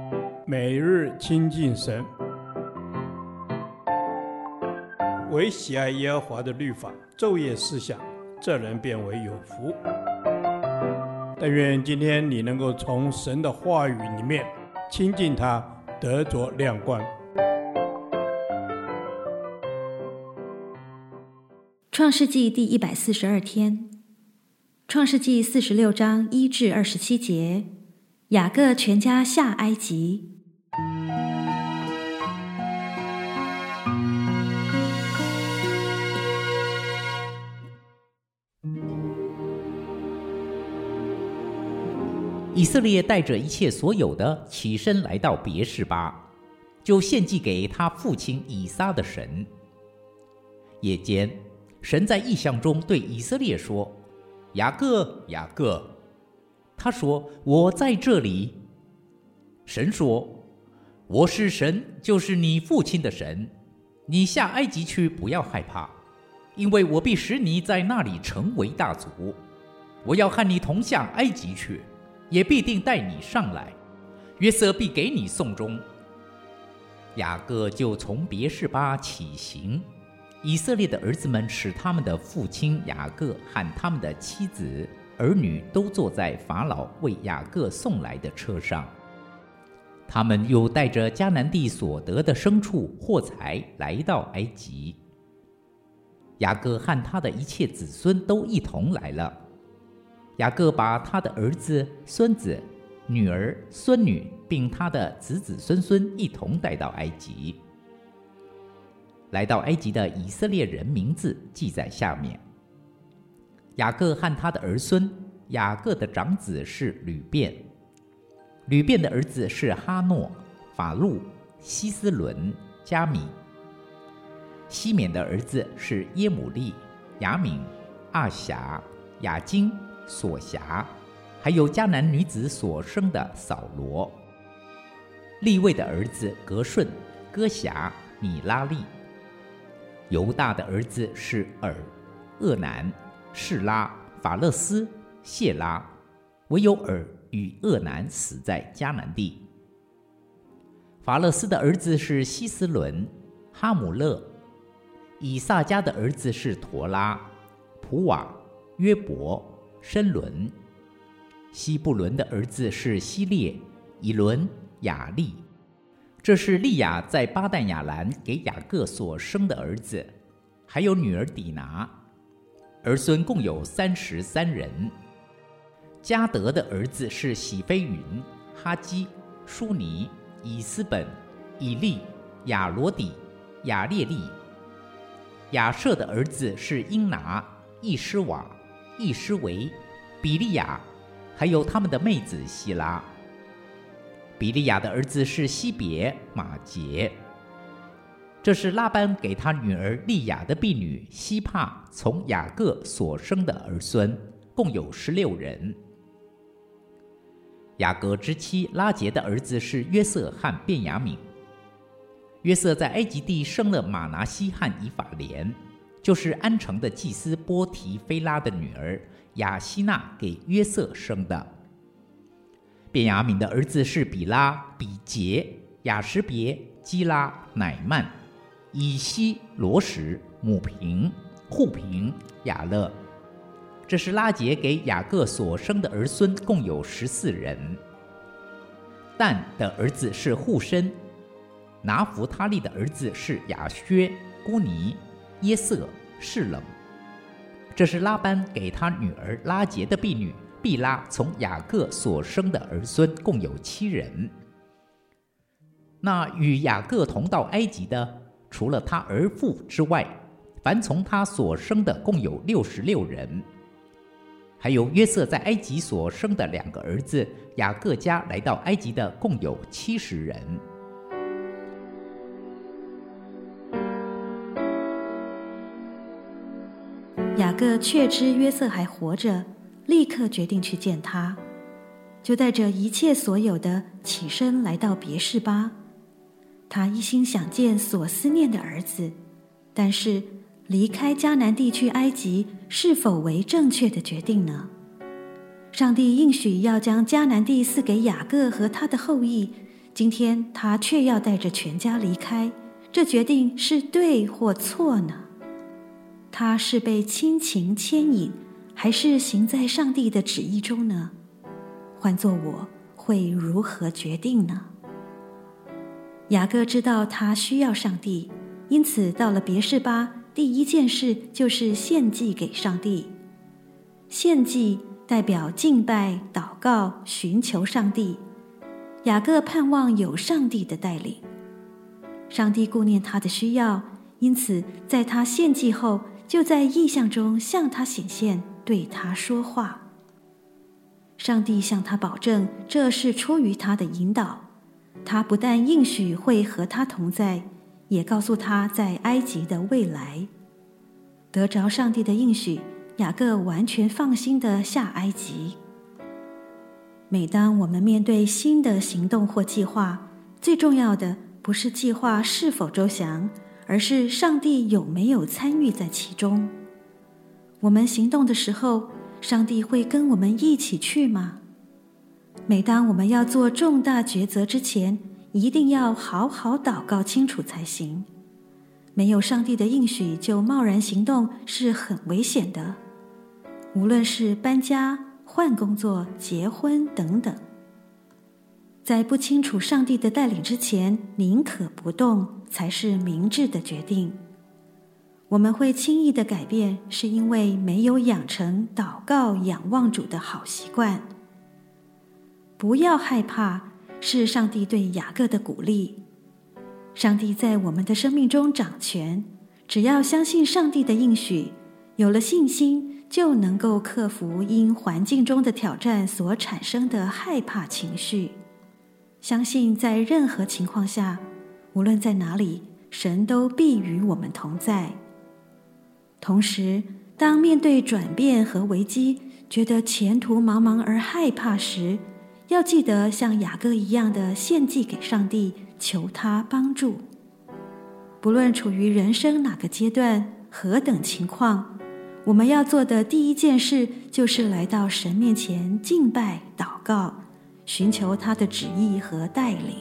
每日亲近神，唯喜爱耶和华的律法，昼夜思想，这人变为有福。但愿今天你能够从神的话语里面亲近他，得着亮光。 创世纪第142天，创世纪46章1至27节，雅各全家下埃及。 以色列带着一切所有的起身来到别是巴，就献祭给他父亲以撒的神。夜间，神在异象中对以色列说：雅各，雅各。他说：我在这里。神说：我是神，就是你父亲的神。你下埃及去，不要害怕，因为我必使你在那里成为大族。我要和你同下埃及去，也必定带你上来，约瑟必给你送终。雅各就从别是巴起行，以色列的儿子们使他们的父亲雅各和他们的妻子儿女都坐在法老为雅各送来的车上。他们又带着迦南地所得的牲畜货财来到埃及。雅各和他的一切子孙都一同来了。雅各把他的儿子、孙子、女儿、孙女，并他的子子孙孙一同带到埃及。来到埃及的以色列人名字记在下面。雅各和他的儿孙，雅各的长子是吕便，吕便的儿子是哈诺、法路、希斯伦、加米。西缅的儿子是耶母利、雅敏、阿辖、雅金、所辖，还有迦南女子所生的扫罗。利未的儿子革顺、哥辖、米拉利。犹大的儿子是尔、厄南、示拉、法勒斯、谢拉，唯有尔与厄南死在迦南地。法勒斯的儿子是希斯伦、哈姆勒。以撒家的儿子是陀拉、普瓦、约伯、申伦。希布伦的儿子是希列、以伦、雅利。这是利亚在巴旦亚兰给雅各所生的儿子，还有女儿底拿。儿孙共有33人。迦得的儿子是喜非云、哈基、舒尼、以斯本、以利、亚罗底、亚列利。亚舍的儿子是英拿、易施瓦、易施维、比利亚，还有他们的妹子希拉。比利亚的儿子是西别、马杰。这是拉班给他女儿利亚的婢女希帕从雅各所生的儿孙，共有16人。雅各之妻拉结的儿子是约瑟和便雅悯。约瑟在埃及地生了马拿西和以法莲，就是安城的祭司波提菲拉的女儿亚希娜给约瑟生的。便雅悯的儿子是比拉、比杰、雅什别、基拉、乃曼、以西、罗什、母平、户平、雅勒。这是拉结给雅各所生的儿孙，共有14人。但的儿子是户申。拿弗他利的儿子是亚薛、孤尼、耶色、示冷。这是拉班给他女儿拉结的婢女毕拉从雅各所生的儿孙，共有7人。那与雅各同到埃及的，除了他儿妇之外，凡从他所生的共有66人。还有约瑟在埃及所生的2个儿子，雅各家来到埃及的共有70人。 雅各确知约瑟还活着，立刻决定去见他，就带着一切所有的起身来到别是巴。他一心想见所思念的儿子，但是离开迦南地去埃及是否为正确的决定呢？上帝应许要将迦南地赐给雅各和他的后裔， 今天他却要带着全家离开，这决定是对或错呢？他是被亲情牵引，还是行在上帝的旨意中呢？换作我，会如何决定呢？雅各知道他需要上帝，因此到了别是巴，第一件事就是献祭给上帝。献祭代表敬拜、祷告、寻求上帝。雅各盼望有上帝的带领，上帝顾念他的需要，因此在他献祭后，就在异象中向他显现，对他说话。上帝向他保证，这是出于他的引导。他不但应许会和他同在，也告诉他在埃及的未来。得着上帝的应许，雅各完全放心地下埃及。每当我们面对新的行动或计划，最重要的不是计划是否周详，而是上帝有没有参与在其中。我们行动的时候，上帝会跟我们一起去吗？每当我们要做重大抉择之前，一定要好好祷告清楚才行。没有上帝的应许就贸然行动是很危险的，无论是搬家、换工作、结婚等等。在不清楚上帝的带领之前，宁可不动才是明智的决定。我们会轻易的改变，是因为没有养成祷告仰望主的好习惯。不要害怕，是上帝对雅各的鼓励。上帝在我们的生命中掌权，只要相信上帝的应许，有了信心，就能够克服因环境中的挑战所产生的害怕情绪。相信在任何情况下，无论在哪里，神都必与我们同在。同时，当面对转变和危机，觉得前途茫茫而害怕时，要记得像雅各一样的献祭给上帝，求他帮助。不论处于人生哪个阶段、何等情况，我们要做的第一件事就是来到神面前敬拜、祷告，寻求他的旨意和带领。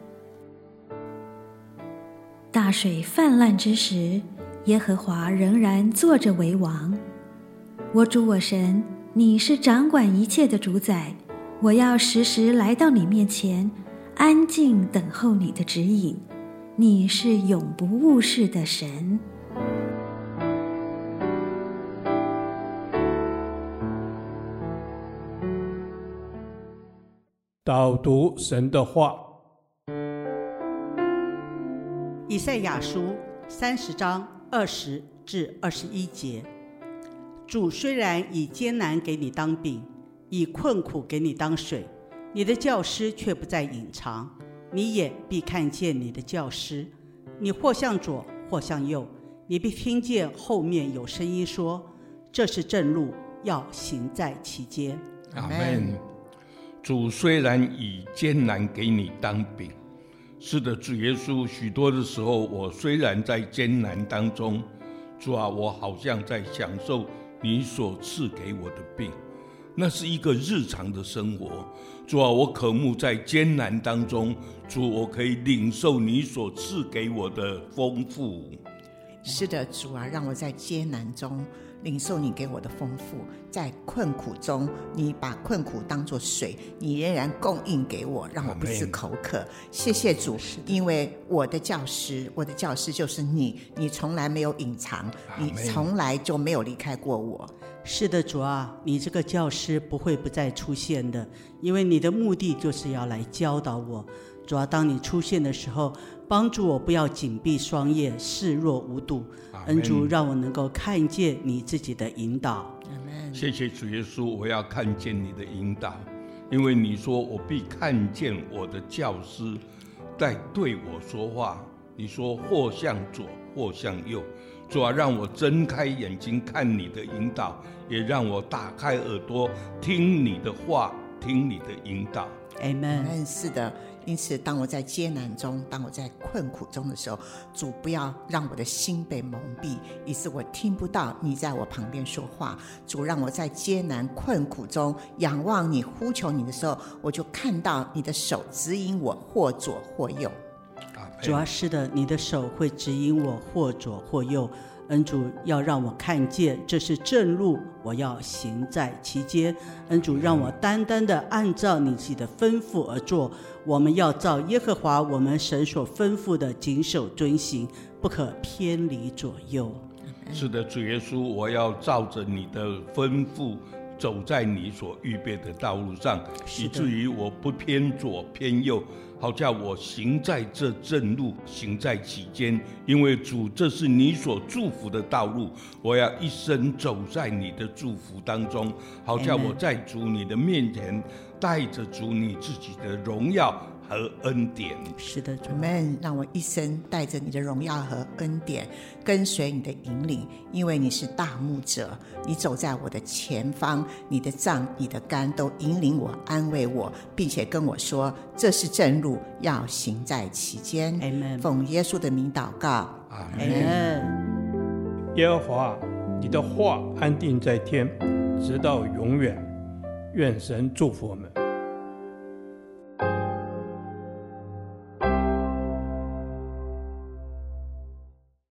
大水泛滥之时，耶和华仍然坐着为王。我主我神，你是掌管一切的主宰，我要时时来到你面前，安静等候你的指引。你是永不误事的神。 导读神的话。 以赛亚书30章20至21节，主虽然以艰难给你当饼，以困苦给你当水，你的教师却不再隐藏，你也必看见你的教师。你或向左，或向右，你必听见后面有声音说：这是正路，要行在其间。 阿们。主虽然以艰难给你当饼，是的，主耶稣，许多的时候，我虽然在艰难当中，主啊，我好像在享受你所赐给我的饼，那是一个日常的生活。主啊，我渴慕在艰难当中，主，我可以领受你所赐给我的丰富。 是的，主啊，让我在艰难中领受你给我的丰富，在困苦中，你把困苦当作水，你仍然供应给我，让我不致口渴。谢谢主，因为我的教师就是你，你从来没有隐藏，你从来就没有离开过我。 是的，主啊，你这个教师不会不再出现的，因为你的目的就是要来教导我。主啊，当你出现的时候，帮助我不要紧闭双眼，视若无睹。恩主，让我能够看见你自己的引导。 谢谢主耶稣，我要看见你的引导，因为你说我必看见我的教师在对我说话。你说或向左，或向右。主啊，让我睁开眼睛看你的引导，也让我打开耳朵听你的话，听你的引导。 Amen。 是的，因此当我在艰难中，当我在困苦中的时候，主不要让我的心被蒙蔽，以致我听不到你在我旁边说话。主让我在艰难困苦中仰望你，呼求你的时候，我就看到你的手指引我，或左或右。 主啊，是的，你的手会指引我，或左或右。恩主要让我看见这是正路，我要行在其间。恩主让我单单的按照你自己的吩咐而做。我们要照耶和华我们神所吩咐的谨守遵行，不可偏离左右。 是的，主耶稣，我要照着你的吩咐走在你所预备的道路上，以至于我不偏左偏右，好叫我行在这正路，行在其间。因为主，这是你所祝福的道路，我要一生走在你的祝福当中，好叫我在主你的面前带着主你自己的荣耀和恩典。 是的，主， 让我一生带着你的荣耀和恩典，跟随你的引领，因为你是大牧者，你走在我的前方，你的杖你的竿都引领我，安慰我，并且跟我说这是正路，要行在其间。 Amen。 奉耶稣的名祷告， 阿们。 耶和华，你的话安定在天，直到永远。愿神祝福我们。